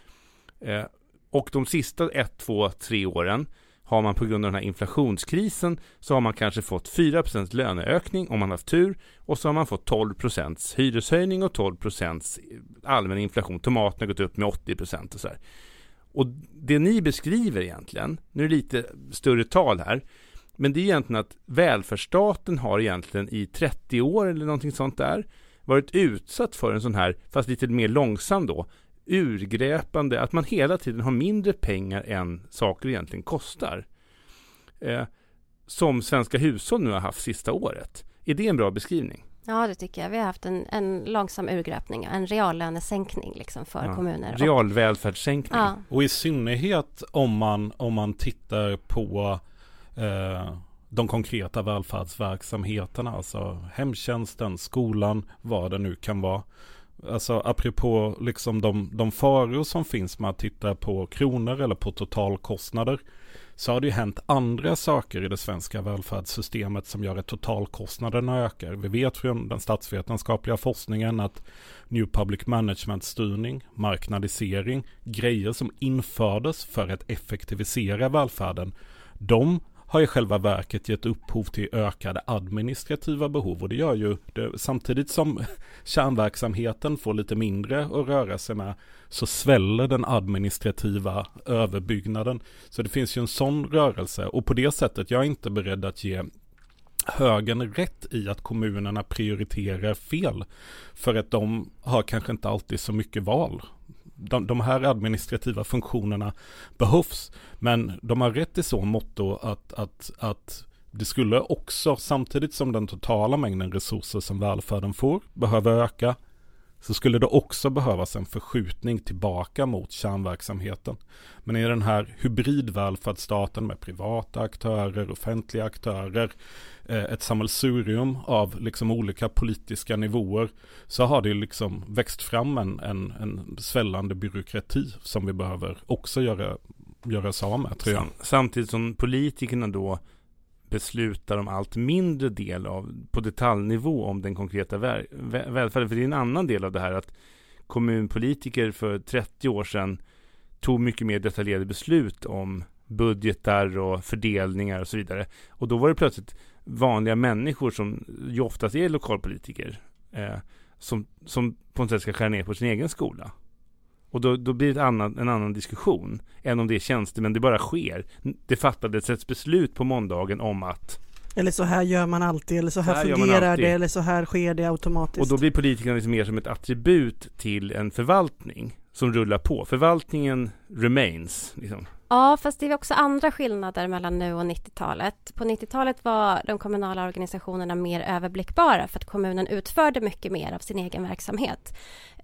Och de sista 1, 2, 3 åren har man på grund av den här inflationskrisen så har man kanske fått 4% löneökning om man har haft tur, och så har man fått 12% hyreshöjning och 12% allmän inflation. Tomaterna har gått upp med 80% och så här. Och det ni beskriver egentligen, nu är det lite större tal här, men det är egentligen att välfärdsstaten har egentligen i 30 år eller någonting sånt där varit utsatt för en sån här, fast lite mer långsam då, urgräpande, att man hela tiden har mindre pengar än saker egentligen kostar. Som svenska hushåll nu har haft sista året. Är det en bra beskrivning? Ja, det tycker jag. Vi har haft en långsam urgröpning, en reallönesänkning liksom för kommuner. Realvälfärdssänkning. Ja. Och i synnerhet om man tittar på de konkreta välfärdsverksamheterna, alltså hemtjänsten, skolan, vad det nu kan vara. Alltså apropå liksom de faror som finns med att titta på kronor eller på totalkostnader, så har det ju hänt andra saker i det svenska välfärdssystemet som gör att totalkostnaderna ökar. Vi vet från den statsvetenskapliga forskningen att New Public Management-styrning, marknadisering, grejer som infördes för att effektivisera välfärden, de har i själva verket gett upphov till ökade administrativa behov, och det gör ju det, samtidigt som kärnverksamheten får lite mindre att röra sig med, så sväller den administrativa överbyggnaden. Så det finns ju en sån rörelse, och på det sättet jag är inte beredd att ge högern rätt i att kommunerna prioriterar fel, för att de har kanske inte alltid så mycket val. De här administrativa funktionerna behövs, men de har rätt i så motto att det skulle också, samtidigt som den totala mängden resurser som välfärden får behöver öka, så skulle det också behövas en förskjutning tillbaka mot kärnverksamheten. Men i den här hybridvälfärdsstaten med privata aktörer, offentliga aktörer, ett sammelsurium av liksom olika politiska nivåer, så har det liksom växt fram en svällande byråkrati som vi behöver också göra sig av med, tror jag. Samtidigt som politikerna då beslutar om allt mindre del på detaljnivå om den konkreta välfärden. För det är en annan del av det här, att kommunpolitiker för 30 år sedan tog mycket mer detaljerade beslut om budgetar och fördelningar och så vidare. Och då var det plötsligt vanliga människor som ju oftast är lokalpolitiker som på något sätt ska skära ner på sin egen skola. Och då blir det en annan diskussion än om det är tjänstemän. Det bara sker. Det fattades ett beslut på måndagen om att eller så här gör man alltid, eller så här fungerar det, eller så här sker det automatiskt. Och då blir politikerna liksom mer som ett attribut till en förvaltning som rullar på. Förvaltningen remains liksom. Ja, fast det är också andra skillnader mellan nu och 90-talet. På 90-talet var de kommunala organisationerna mer överblickbara för att kommunen utförde mycket mer av sin egen verksamhet.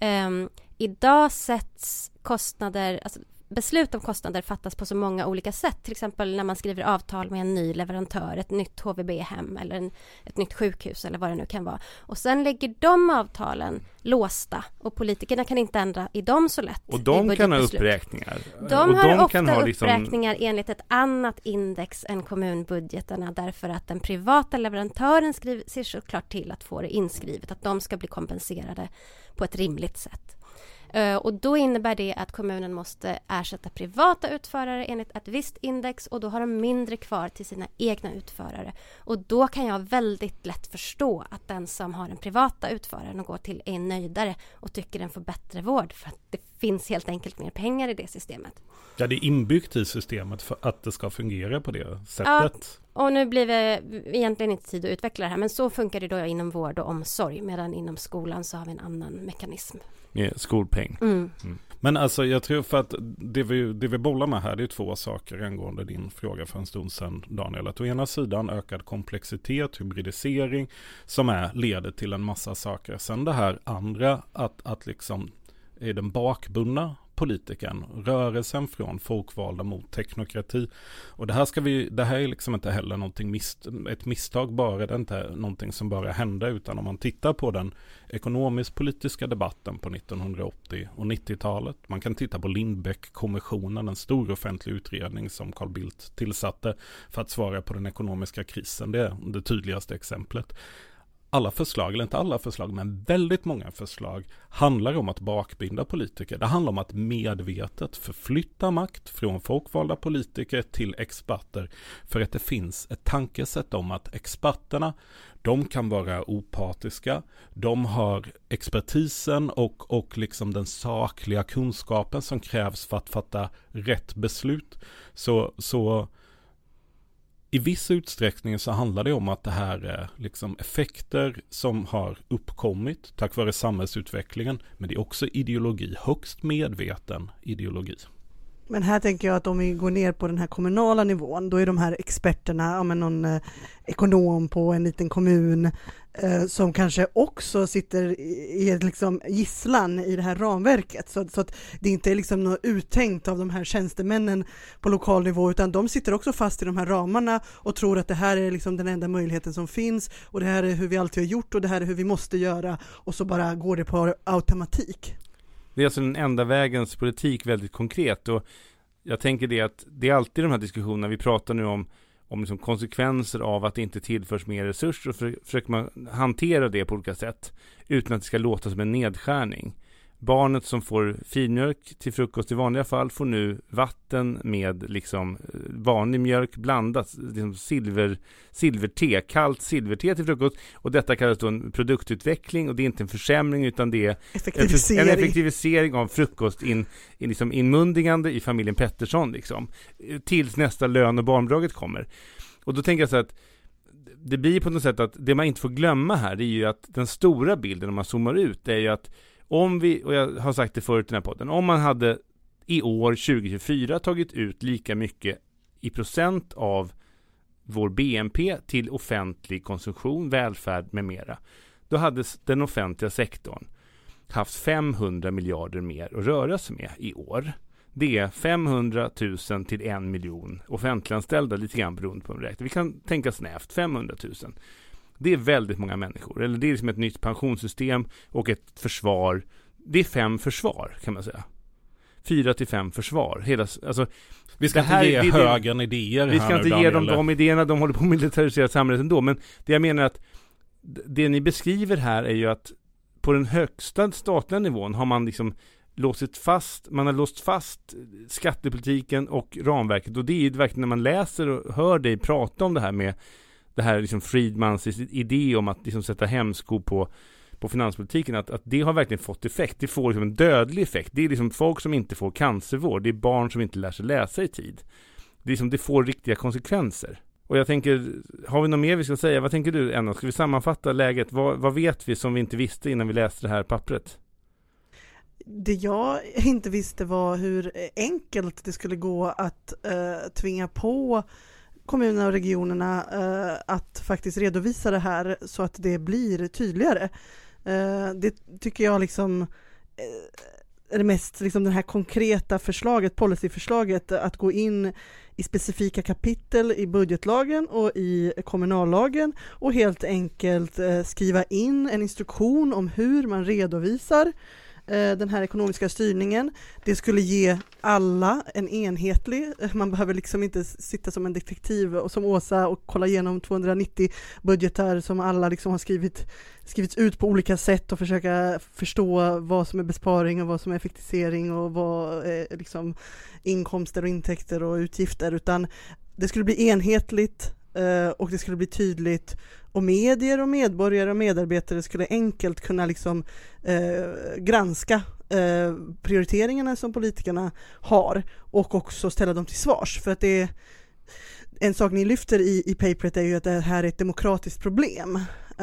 Idag sätts kostnader, alltså beslut om kostnader fattas på så många olika sätt. Till exempel när man skriver avtal med en ny leverantör, ett nytt HVB-hem eller ett nytt sjukhus eller vad det nu kan vara. Och sen lägger de avtalen låsta och politikerna kan inte ändra i dem så lätt. Och de kan ha uppräkningar. De har ofta uppräkningar enligt ett annat index än kommunbudgeterna, därför att den privata leverantören ser såklart till att få det inskrivet, att de ska bli kompenserade på ett rimligt sätt. Och då innebär det att kommunen måste ersätta privata utförare enligt ett visst index, och då har de mindre kvar till sina egna utförare. Och då kan jag väldigt lätt förstå att den som har den privata utföraren och går till är nöjdare och tycker den får bättre vård, för att det finns helt enkelt mer pengar i det systemet. Ja, det är inbyggt i systemet för att det ska fungera på det sättet. Ja, och nu blir det egentligen inte tid att utveckla det här, men så funkar det då inom vård och omsorg, medan inom skolan så har vi en annan mekanism. Med skolpeng. Men alltså jag tror, för att det vi bollar med här, det är två saker angående din fråga för en stund sedan, Daniel. Att å ena sidan ökad komplexitet, hybridisering som leder till en massa saker. Sen det här andra, att liksom är den bakbundna politiken, rörelsen från folkvalda mot teknokrati. Och det här är liksom inte heller ett misstag bara, det är inte någonting som bara händer, utan om man tittar på den ekonomisk-politiska debatten på 1980 och 90-talet, man kan titta på Lindbeck-kommissionen, en stor offentlig utredning som Carl Bildt tillsatte för att svara på den ekonomiska krisen, det är det tydligaste exemplet. Alla förslag, eller inte alla förslag, men väldigt många förslag handlar om att bakbinda politiker. Det handlar om att medvetet förflytta makt från folkvalda politiker till experter, för att det finns ett tankesätt om att experterna, de kan vara opartiska, de har expertisen och liksom den sakliga kunskapen som krävs för att fatta rätt beslut. Så i viss utsträckning så handlar det om att det här är liksom effekter som har uppkommit tack vare samhällsutvecklingen, men det är också ideologi, högst medveten ideologi. Men här tänker jag att om vi går ner på den här kommunala nivån, då är de här experterna, någon ekonom på en liten kommun som kanske också sitter i liksom gisslan i det här ramverket. Så att det inte är liksom något uttänkt av de här tjänstemännen på lokal nivå, utan de sitter också fast i de här ramarna och tror att det här är liksom den enda möjligheten som finns, och det här är hur vi alltid har gjort och det här är hur vi måste göra, och så bara går det på automatik. Det är alltså den enda vägens politik väldigt konkret, och jag tänker det att det är alltid de här diskussionerna, vi pratar nu om liksom konsekvenser av att det inte tillförs mer resurser, och försöker man hantera det på olika sätt utan att det ska låta som en nedskärning. Barnet som får filmjölk till frukost i vanliga fall får nu vatten med liksom vanlig mjölk blandat, liksom silverte, kallt silverte till frukost, och detta kallas då en produktutveckling, och det är inte en försämring utan det är en effektivisering av frukost liksom inmundigande i familjen Pettersson liksom, tills nästa lön- och barnbidraget kommer. Och då tänker jag så att det blir på något sätt att det man inte får glömma här, det är ju att den stora bilden om man zoomar ut, det är ju att om vi, och jag har sagt det förut i den här podden, om man hade i år 2024 tagit ut lika mycket i procent av vår BNP till offentlig konsumtion, välfärd med mera, då hade den offentliga sektorn haft 500 miljarder mer att röra sig med i år. Det är 500 000 till 1 miljon offentliganställda, lite grann beroende på räkning. Vi kan tänka snävt, 500 000. Det är väldigt många människor. Eller det är liksom ett nytt pensionssystem och ett försvar. Det är 5 försvar kan man säga. 4 till 5 försvar. Vi ska inte ge högern idéer. Vi ska inte ge dem de idéerna. De håller på att militarisera samhället ändå. Men det jag menar att det ni beskriver här är ju att på den högsta statliga nivån har man liksom låst fast skattepolitiken och ramverket. Och det är ju verkligen när man läser och hör dig prata om det här med det här liksom Friedmans idé om att liksom sätta hämsko på finanspolitiken, att det har verkligen fått effekt. Det får liksom en dödlig effekt. Det är liksom folk som inte får cancervård. Det är barn som inte lär sig läsa i tid. Det får riktiga konsekvenser. Och jag tänker, har vi något mer vi ska säga? Vad tänker du, Enna? Ska vi sammanfatta läget? Vad vet vi som vi inte visste innan vi läste det här pappret? Det jag inte visste var hur enkelt det skulle gå att tvinga på kommunerna och regionerna att faktiskt redovisa det här så att det blir tydligare. Det tycker jag liksom är det mest liksom den här konkreta förslaget, policyförslaget, att gå in i specifika kapitel i budgetlagen och i kommunallagen och helt enkelt skriva in en instruktion om hur man redovisar den här ekonomiska styrningen. Det skulle ge alla en enhetlig, man behöver liksom inte sitta som en detektiv och som Åsa och kolla igenom 290 budgetar som alla liksom har skrivits ut på olika sätt och försöka förstå vad som är besparing och vad som är effektivisering och vad är liksom inkomster och intäkter och utgifter, utan det skulle bli enhetligt och det skulle bli tydligt, och medier och medborgare och medarbetare skulle enkelt kunna liksom granska prioriteringarna som politikerna har och också ställa dem till svars. För att det är en sak ni lyfter i paperet är ju att det här är ett demokratiskt problem.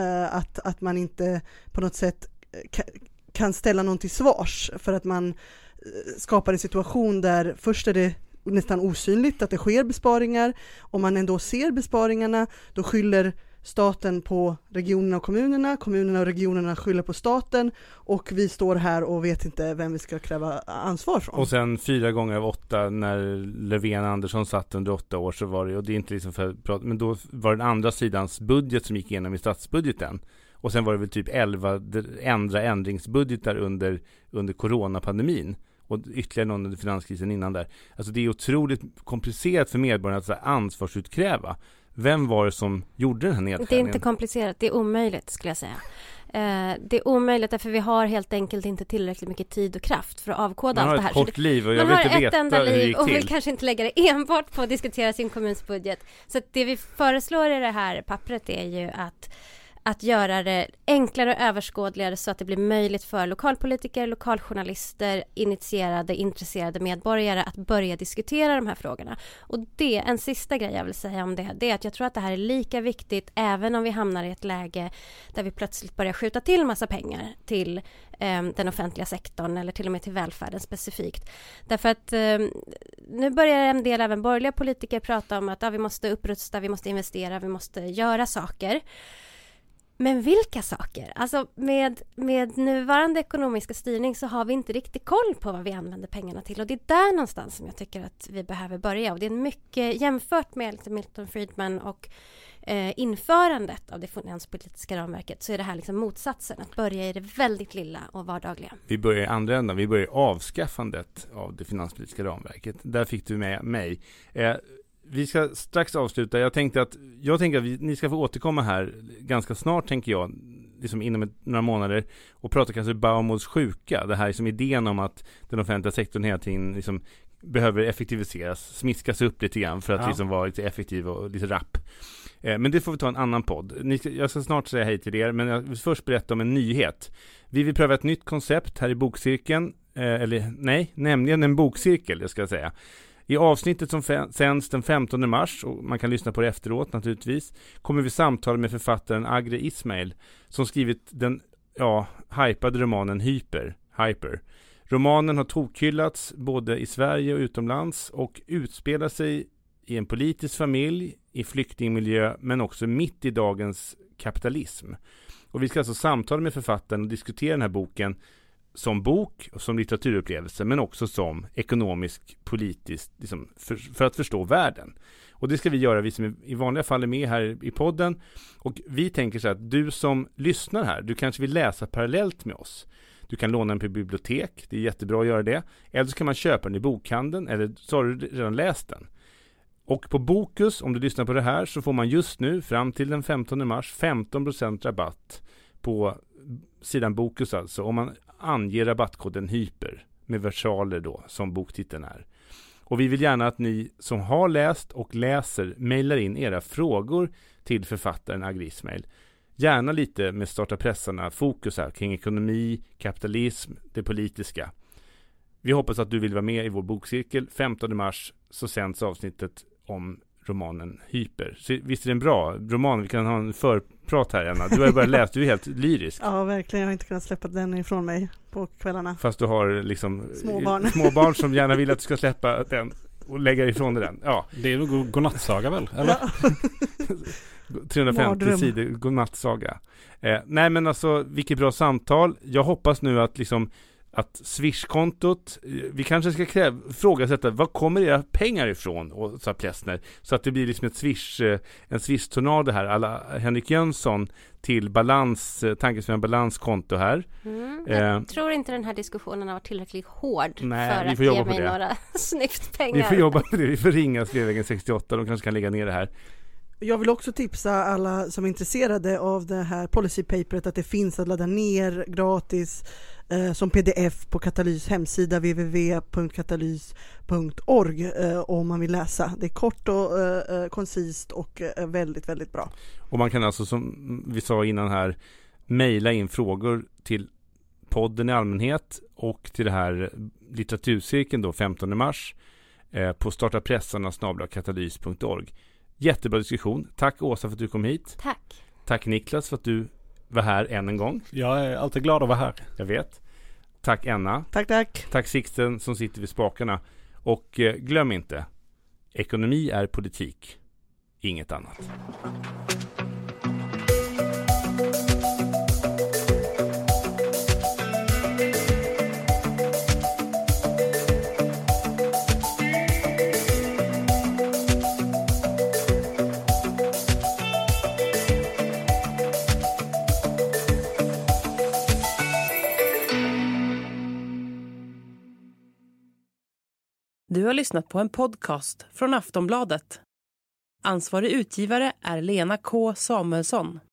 Att man inte på något sätt kan ställa någon till svars för att man skapar en situation där först är det nästan osynligt att det sker besparingar. Om man ändå ser besparingarna, då skyller staten på regionerna och kommunerna och regionerna skyller på staten, och vi står här och vet inte vem vi ska kräva ansvar från. Och sen 4 gånger av 8 när Löfven Andersson satt under 8 år, så var det, och det är inte liksom för att prata, men då var den andra sidans budget som gick igenom i statsbudgeten, och sen var det väl typ 11 ändringsbudgetar under coronapandemin och ytterligare någon under finanskrisen innan där. Alltså det är otroligt komplicerat för medborgarna att ansvarsutkräva. Vem var det som gjorde den här nedskärningen? Det är inte komplicerat, det är omöjligt skulle jag säga. Det är omöjligt därför vi har helt enkelt inte tillräckligt mycket tid och kraft för att avkoda allt det här. Man har ett kort liv och jag vill inte veta hur det gick till. Och vill kanske inte lägga det enbart på att diskutera sin kommuns budget. Så att det vi föreslår i det här pappret är ju att göra det enklare och överskådligare så att det blir möjligt för lokalpolitiker, lokaljournalister, initierade, intresserade medborgare att börja diskutera de här frågorna. Och en sista grej jag vill säga om det är att jag tror att det här är lika viktigt även om vi hamnar i ett läge där vi plötsligt börjar skjuta till massa pengar till den offentliga sektorn eller till och med till välfärden specifikt. Därför att nu börjar en del även borgerliga politiker prata om att vi måste upprusta, vi måste investera, vi måste göra saker. Men vilka saker? Alltså med nuvarande ekonomiska styrning så har vi inte riktigt koll på vad vi använder pengarna till. Och det är där någonstans som jag tycker att vi behöver börja. Och det är mycket jämfört med Milton Friedman och införandet av det finanspolitiska ramverket så är det här liksom motsatsen, att börja i det väldigt lilla och vardagliga. Vi börjar i andra änden, vi börjar i avskaffandet av det finanspolitiska ramverket. Där fick du med mig. Vi ska strax avsluta. Jag tänker att ni ska få återkomma här ganska snart, tänker jag, liksom inom några månader, och prata kanske Baumols sjuka. Det här liksom idén om att den offentliga sektorn hela tiden liksom behöver effektiviseras, smiskas upp lite grann för att liksom vara lite effektiv och lite rapp. Men det får vi ta en annan podd. Jag ska snart säga hej till er, men jag vill först berätta om en nyhet. Vi vill pröva ett nytt koncept här i bokcirkeln, nämligen en bokcirkel, jag ska säga. I avsnittet som sänds den 15 mars, och man kan lyssna på det efteråt naturligtvis, kommer vi samtala med författaren Agre Ismail som skrivit den hypade romanen Hyper. Romanen har tokhyllats både i Sverige och utomlands och utspelar sig i en politisk familj, i flyktingmiljö, men också mitt i dagens kapitalism. Och vi ska alltså samtala med författaren och diskutera den här boken som bok och som litteraturupplevelse, men också som ekonomisk, politisk, liksom för att förstå världen. Och det ska vi göra, vi som i vanliga fall är med här i podden. Och vi tänker så att du som lyssnar här, du kanske vill läsa parallellt med oss. Du kan låna den på bibliotek, det är jättebra att göra det. Eller så kan man köpa den i bokhandeln, eller så har du redan läst den. Och på Bokus, om du lyssnar på det här, så får man just nu fram till den 15 mars 15% rabatt på sidan Bokus, alltså om man anger rabattkoden HYPER med versaler då, som boktiteln är. Och vi vill gärna att ni som har läst och läser mejlar in era frågor till författaren Agre Ismail. Gärna lite med Starta pressarna fokus här kring ekonomi, kapitalism, det politiska. Vi hoppas att du vill vara med i vår bokcirkel. 15 mars så sänds avsnittet om romanen Hyper. Så visst är det en bra roman? Vi kan ha en förprat här, Anna. Du har ju bara läst, du är helt lyrisk. Ja, verkligen. Jag har inte kunnat släppa den ifrån mig på kvällarna. Fast du har liksom småbarn som gärna vill att du ska släppa den och lägga ifrån dig den. Ja. Det är nog godnattsaga väl? Eller? Ja. 350 sidor godnattsaga. Nej, men alltså, vilket bra samtal. Jag hoppas nu att att Swish-kontot, vi kanske ska frågasätta, vad kommer era pengar ifrån, och sa Plessner, så att det blir liksom en Swish-tornado här, alla Henrik Jönsson till tankesmedjan balanskonto här. Jag tror inte den här diskussionen har varit tillräckligt hård för att ge mig några snyftpengar. Vi får jobba på det, vi får ringa Sveavägen 68, de kanske kan lägga ner det här. Jag vill också tipsa alla som är intresserade av det här policypaperet att det finns att ladda ner gratis som pdf på Katalys hemsida www.katalys.org om man vill läsa. Det är kort och koncist och väldigt, väldigt bra. Och man kan alltså, som vi sa innan här, mejla in frågor till podden i allmänhet och till det här litteraturcirkeln då 15 mars på startapressarna@katalys.org. Jättebra diskussion. Tack Åsa för att du kom hit. Tack. Tack Niklas för att du var här än en gång. Jag är alltid glad att vara här. Jag vet. Tack Anna. Tack. Tack Sixten som sitter vid spakarna. Och glöm inte, ekonomi är politik, inget annat. Du har lyssnat på en podcast från Aftonbladet. Ansvarig utgivare är Lena K. Samuelsson.